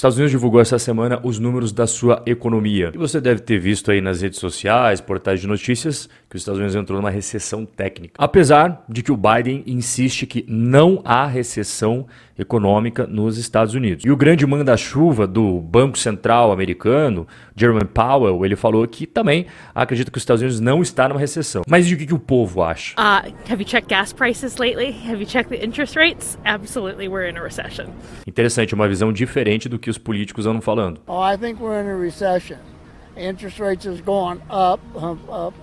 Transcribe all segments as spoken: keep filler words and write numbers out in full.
Estados Unidos divulgou essa semana os números da sua economia. E você deve ter visto aí nas redes sociais, portais de notícias, que os Estados Unidos entrou numa recessão técnica. Apesar de que o Biden insiste que não há recessão econômica nos Estados Unidos. E o grande manda-chuva do Banco Central americano, Jerome Powell, ele falou que também acredita que os Estados Unidos não está numa recessão. Mas e o que, que o povo acha? Uh, have you checked gas prices lately? Have you checked the interest rates? Absolutely, we're in a recession. Interessante, uma visão diferente do que os políticos andam falando. Oh, I think we're in a recession. Interest rates is going up, up, up.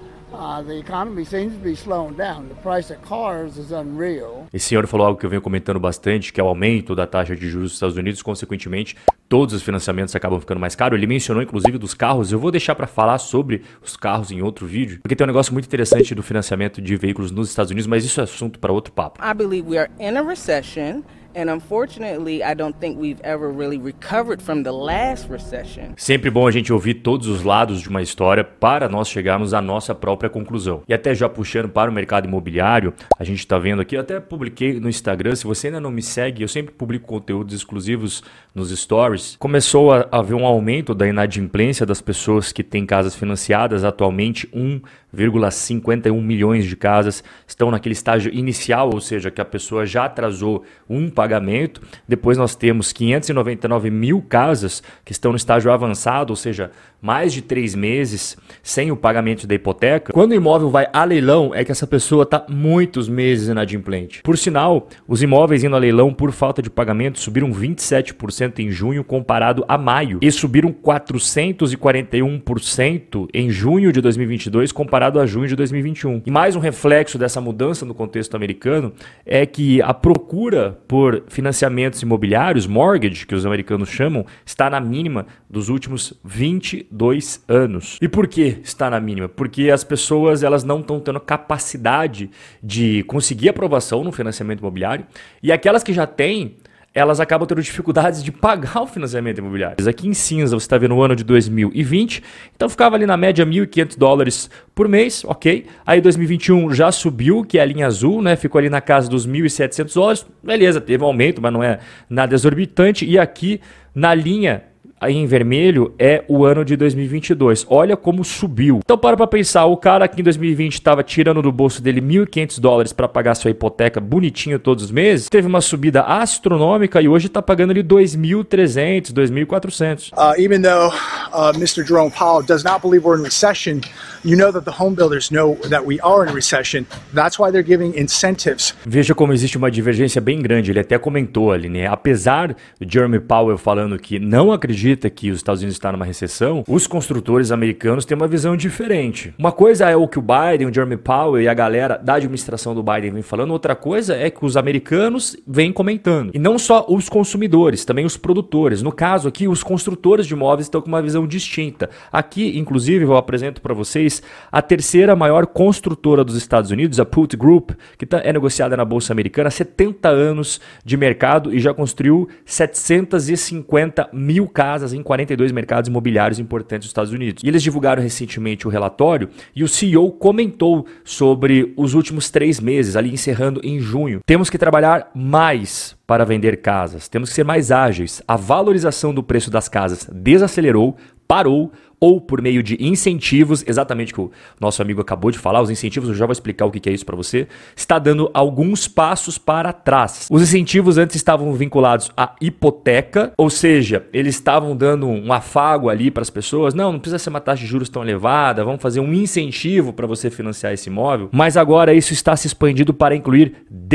Uh, the economy seems to be slowing down. The price of cars is unreal. Esse senhor falou algo que eu venho comentando bastante, que é o aumento da taxa de juros dos Estados Unidos, consequentemente, todos os financiamentos acabam ficando mais caros. Ele mencionou, inclusive, dos carros. Eu vou deixar para falar sobre os carros em outro vídeo, porque tem um negócio muito interessante do financiamento de veículos nos Estados Unidos, mas isso é assunto para outro papo. I believe we are in a recession. And unfortunately, I don't think we've ever really recovered from the last recession. Sempre bom a gente ouvir todos os lados de uma história para nós chegarmos à nossa própria conclusão. E até já puxando para o mercado imobiliário, a gente está vendo aqui, eu até publiquei no Instagram, se você ainda não me segue, eu sempre publico conteúdos exclusivos nos stories. Começou a haver um aumento da inadimplência das pessoas que têm casas financiadas. Atualmente, um vírgula cinquenta e um milhões de casas estão naquele estágio inicial, ou seja, que a pessoa já atrasou um pagamento. Depois nós temos quinhentos e noventa e nove mil casas que estão no estágio avançado, ou seja, mais de três meses sem o pagamento da hipoteca. Quando o imóvel vai a leilão, é que essa pessoa está muitos meses inadimplente. Por sinal, os imóveis indo a leilão por falta de pagamento subiram vinte e sete por cento em junho comparado a maio e subiram quatrocentos e quarenta e um por cento em junho de dois mil e vinte e dois comparado a junho de dois mil e vinte e um. E mais um reflexo dessa mudança no contexto americano é que a procura por financiamentos imobiliários, mortgage, que os americanos chamam, está na mínima dos últimos vinte e dois anos. E por que está na mínima? Porque as pessoas elas não estão tendo capacidade de conseguir aprovação no financiamento imobiliário e aquelas que já têm, elas acabam tendo dificuldades de pagar o financiamento imobiliário. Aqui em cinza você está vendo o ano de dois mil e vinte, então ficava ali na média mil e quinhentos dólares por mês, ok? Aí dois mil e vinte e um já subiu, que é a linha azul, né? Ficou ali na casa dos mil e setecentos dólares, beleza, teve um aumento, mas não é nada exorbitante. E aqui na linha aí em vermelho é o ano de dois mil e vinte e dois. Olha como subiu. Então para para pensar, o cara aqui em dois mil e vinte estava tirando do bolso dele mil e quinhentos dólares para pagar sua hipoteca bonitinho todos os meses, teve uma subida astronômica e hoje está pagando ali dois mil e trezentos, dois mil e quatrocentos. Uh, even though uh, mister Jerome Powell does not believe we're in recession, you know that the home builders know that we are in recession. That's why they're giving incentives. Veja como existe uma divergência bem grande. Ele até comentou ali, né? Apesar do Jerome Powell falando que não acredita que os Estados Unidos estão numa recessão, os construtores americanos têm uma visão diferente. Uma coisa é o que o Biden, o Jerome Powell e a galera da administração do Biden vem falando, outra coisa é que os americanos vêm comentando. E não só os consumidores, também os produtores. No caso aqui, os construtores de imóveis estão com uma visão distinta. Aqui, inclusive, eu apresento para vocês a terceira maior construtora dos Estados Unidos, a Put Group, que tá, é negociada na Bolsa Americana há setenta anos de mercado e já construiu setecentos e cinquenta mil casas em quarenta e dois mercados imobiliários importantes dos Estados Unidos. E eles divulgaram recentemente o relatório e o C E O comentou sobre os últimos três meses, ali encerrando em junho. Temos que trabalhar mais para vender casas, temos que ser mais ágeis. A valorização do preço das casas desacelerou, parou, ou por meio de incentivos, exatamente o que o nosso amigo acabou de falar, os incentivos, eu já vou explicar o que é isso para você, está dando alguns passos para trás. Os incentivos antes estavam vinculados à hipoteca, ou seja, eles estavam dando um afago ali para as pessoas, não, não precisa ser uma taxa de juros tão elevada, vamos fazer um incentivo para você financiar esse imóvel, mas agora isso está se expandindo para incluir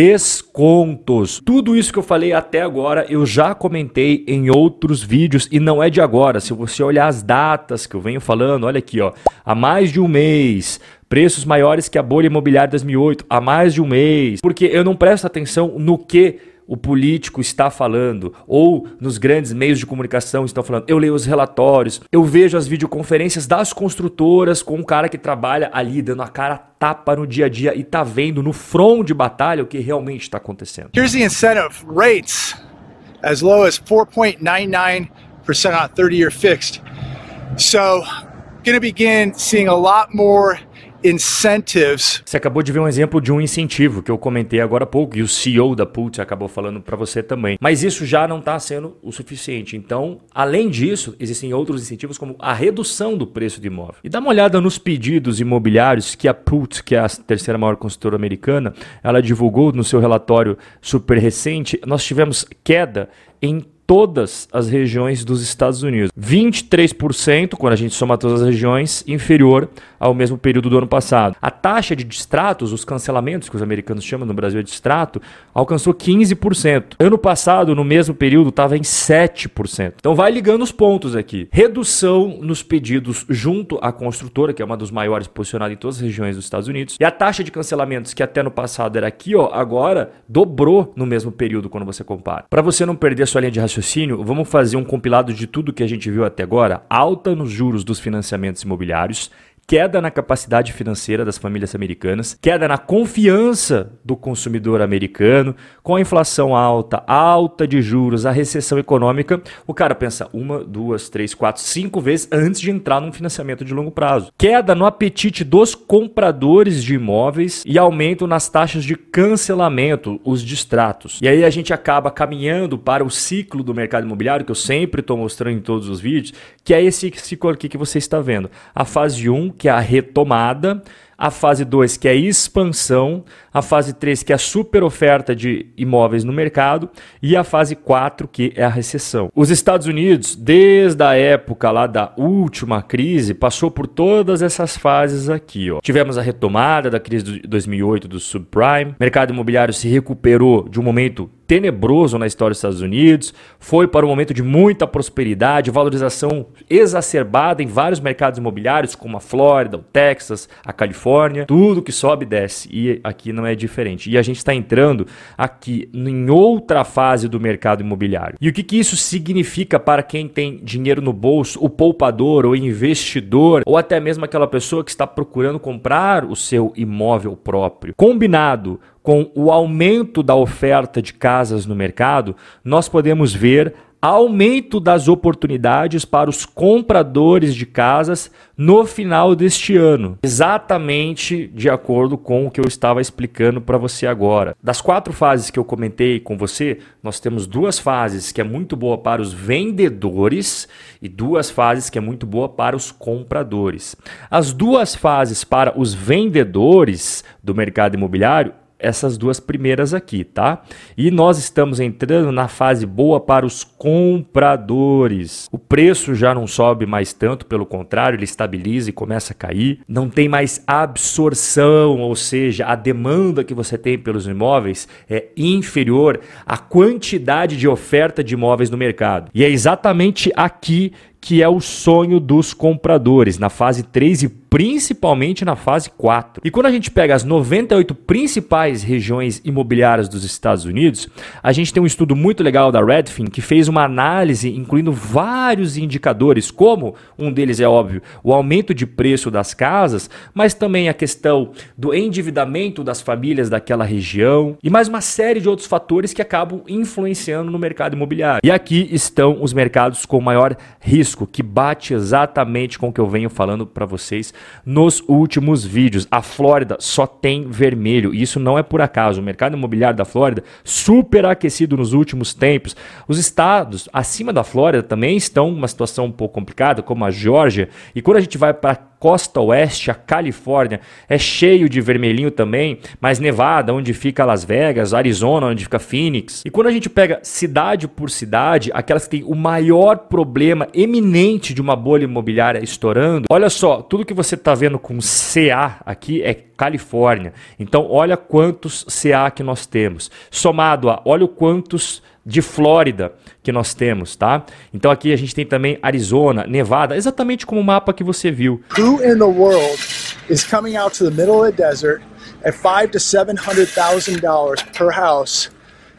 descontos. Tudo isso que eu falei até agora, eu já comentei em outros vídeos e não é de agora, se você olhar as datas que eu venho falando, olha aqui, ó, há mais de um mês, preços maiores que a bolha imobiliária de dois mil e oito, há mais de um mês, porque eu não presto atenção no que o político está falando ou nos grandes meios de comunicação estão falando. Eu leio os relatórios, eu vejo as videoconferências das construtoras com um cara que trabalha ali dando a cara tapa no dia a dia e tá vendo no front de batalha o que realmente está acontecendo. Here's the incentive rates as low as four point nine nine percent on thirty-year fixed. So, going to begin seeing a lot more incentives. Você acabou de ver um exemplo de um incentivo que eu comentei agora há pouco e o C E O da Pulte acabou falando para você também. Mas isso já não está sendo o suficiente. Então, além disso, existem outros incentivos como a redução do preço do imóvel. E dá uma olhada nos pedidos imobiliários que a Pulte, que é a terceira maior construtora americana, ela divulgou no seu relatório super recente. Nós tivemos queda em todas as regiões dos Estados Unidos. vinte e três por cento, quando a gente soma todas as regiões, inferior ao mesmo período do ano passado. A taxa de distratos, os cancelamentos que os americanos chamam no Brasil de distrato, alcançou quinze por cento. Ano passado, no mesmo período, estava em sete por cento. Então vai ligando os pontos aqui. Redução nos pedidos junto à construtora, que é uma dos maiores posicionada em todas as regiões dos Estados Unidos. E a taxa de cancelamentos, que até no passado era aqui, ó, agora dobrou no mesmo período quando você compara. Para você não perder a sua linha de raciocínio, vamos fazer um compilado de tudo que a gente viu até agora. Alta nos juros dos financiamentos imobiliários, queda na capacidade financeira das famílias americanas, queda na confiança do consumidor americano, com a inflação alta, alta de juros, a recessão econômica, o cara pensa uma, duas, três, quatro, cinco vezes antes de entrar num financiamento de longo prazo. Queda no apetite dos compradores de imóveis e aumento nas taxas de cancelamento, os distratos. E aí a gente acaba caminhando para o ciclo do mercado imobiliário, que eu sempre estou mostrando em todos os vídeos, que é esse ciclo aqui que você está vendo. A fase um, que é a retomada, a fase dois, que é a expansão, a fase três, que é a super oferta de imóveis no mercado, e a fase quatro, que é a recessão. Os Estados Unidos, desde a época lá da última crise, passou por todas essas fases aqui, ó. Tivemos a retomada da crise de dois mil e oito do subprime, o mercado imobiliário se recuperou de um momento tenebroso na história dos Estados Unidos, foi para um momento de muita prosperidade, valorização exacerbada em vários mercados imobiliários, como a Flórida, o Texas, a Califórnia, tudo que sobe e desce, e aqui não é diferente. E a gente está entrando aqui em outra fase do mercado imobiliário. E o que, que isso significa para quem tem dinheiro no bolso, o poupador, o investidor, ou até mesmo aquela pessoa que está procurando comprar o seu imóvel próprio? Combinado com o aumento da oferta de casas no mercado, nós podemos ver aumento das oportunidades para os compradores de casas no final deste ano. Exatamente de acordo com o que eu estava explicando para você agora. Das quatro fases que eu comentei com você, nós temos duas fases que é muito boa para os vendedores e duas fases que é muito boa para os compradores. As duas fases para os vendedores do mercado imobiliário, essas duas primeiras aqui, tá? E nós estamos entrando na fase boa para os compradores. O preço já não sobe mais tanto, pelo contrário, ele estabiliza e começa a cair. Não tem mais absorção, ou seja, a demanda que você tem pelos imóveis é inferior à quantidade de oferta de imóveis no mercado. E é exatamente aqui que é o sonho dos compradores, na fase três e principalmente na fase quatro. E quando a gente pega as noventa e oito principais regiões imobiliárias dos Estados Unidos, a gente tem um estudo muito legal da Redfin que fez uma análise incluindo vários indicadores, como um deles é óbvio, o aumento de preço das casas, mas também a questão do endividamento das famílias daquela região e mais uma série de outros fatores que acabam influenciando no mercado imobiliário. E aqui estão os mercados com maior risco, que bate exatamente com o que eu venho falando para vocês nos últimos vídeos. A Flórida só tem vermelho, e isso não é por acaso. O mercado imobiliário da Flórida super aquecido nos últimos tempos. Os estados acima da Flórida também estão numa situação um pouco complicada, como a Geórgia, e quando a gente vai para costa oeste, a Califórnia, é cheio de vermelhinho também, mas Nevada, onde fica Las Vegas, Arizona, onde fica Phoenix. E quando a gente pega cidade por cidade, aquelas que têm o maior problema eminente de uma bolha imobiliária estourando, olha só, tudo que você está vendo com C A aqui é Califórnia. Então, olha quantos C A que nós temos. Somado a, olha o quantos de Flórida que nós temos, tá? Então aqui a gente tem também Arizona, Nevada, exatamente como o mapa que você viu. Who in the world is coming out to the middle of the desert at five to seven hundred thousand dollars per house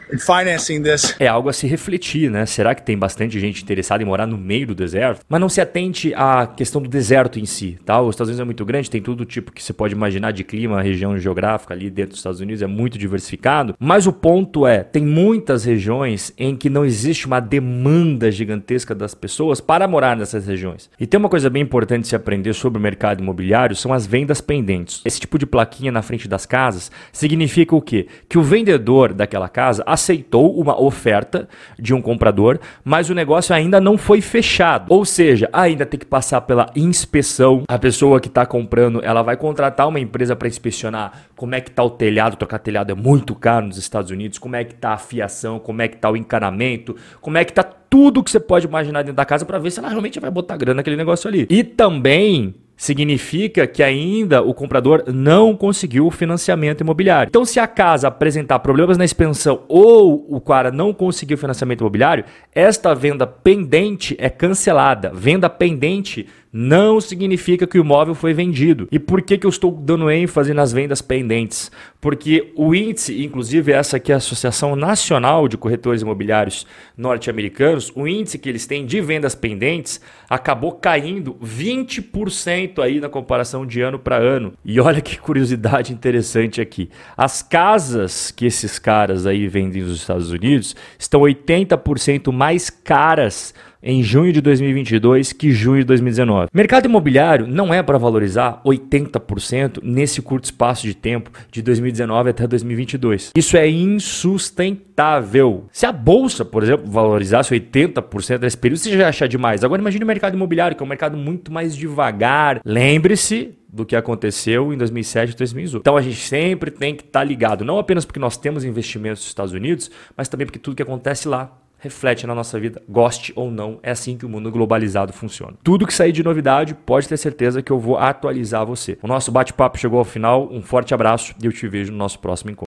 in financing this. É algo a se refletir, né? Será que tem bastante gente interessada em morar no meio do deserto? Mas não se atente à questão do deserto em si, tá? Os Estados Unidos é muito grande, tem todo tipo que você pode imaginar de clima, região geográfica ali dentro dos Estados Unidos, é muito diversificado. Mas o ponto é, tem muitas regiões em que não existe uma demanda gigantesca das pessoas para morar nessas regiões. E tem uma coisa bem importante de se aprender sobre o mercado imobiliário, são as vendas pendentes. Esse tipo de plaquinha na frente das casas significa o quê? Que o vendedor daquela casa aceitou uma oferta de um comprador, mas o negócio ainda não foi fechado. Ou seja, ainda tem que passar pela inspeção. A pessoa que está comprando, ela vai contratar uma empresa para inspecionar como é que está o telhado. Trocar telhado é muito caro nos Estados Unidos. Como é que está a fiação, como é que está o encanamento, como é que está tudo que você pode imaginar dentro da casa para ver se ela realmente vai botar grana naquele negócio ali. E também significa que ainda o comprador não conseguiu o financiamento imobiliário. Então, se a casa apresentar problemas na expansão ou o cara não conseguiu o financiamento imobiliário, esta venda pendente é cancelada. Venda pendente não significa que o imóvel foi vendido. E por que que eu estou dando ênfase nas vendas pendentes? Porque o índice, inclusive essa aqui é a Associação Nacional de Corretores Imobiliários Norte-Americanos, o índice que eles têm de vendas pendentes acabou caindo vinte por cento aí na comparação de ano para ano. E olha que curiosidade interessante aqui. As casas que esses caras aí vendem nos Estados Unidos estão oitenta por cento mais caras em junho de dois mil e vinte e dois que junho de dois mil e dezenove. Mercado imobiliário não é para valorizar oitenta por cento nesse curto espaço de tempo de dois mil e dezenove até dois mil e vinte e dois. Isso é insustentável. Se a bolsa, por exemplo, valorizasse oitenta por cento nesse período, você já ia achar demais. Agora imagine o mercado imobiliário, que é um mercado muito mais devagar. Lembre-se do que aconteceu em dois mil e sete e dois mil e oito. Então a gente sempre tem que estar ligado, não apenas porque nós temos investimentos nos Estados Unidos, mas também porque tudo que acontece lá reflete na nossa vida, goste ou não. É assim que o mundo globalizado funciona. Tudo que sair de novidade, pode ter certeza que eu vou atualizar você. O nosso bate-papo chegou ao final. Um forte abraço e eu te vejo no nosso próximo encontro.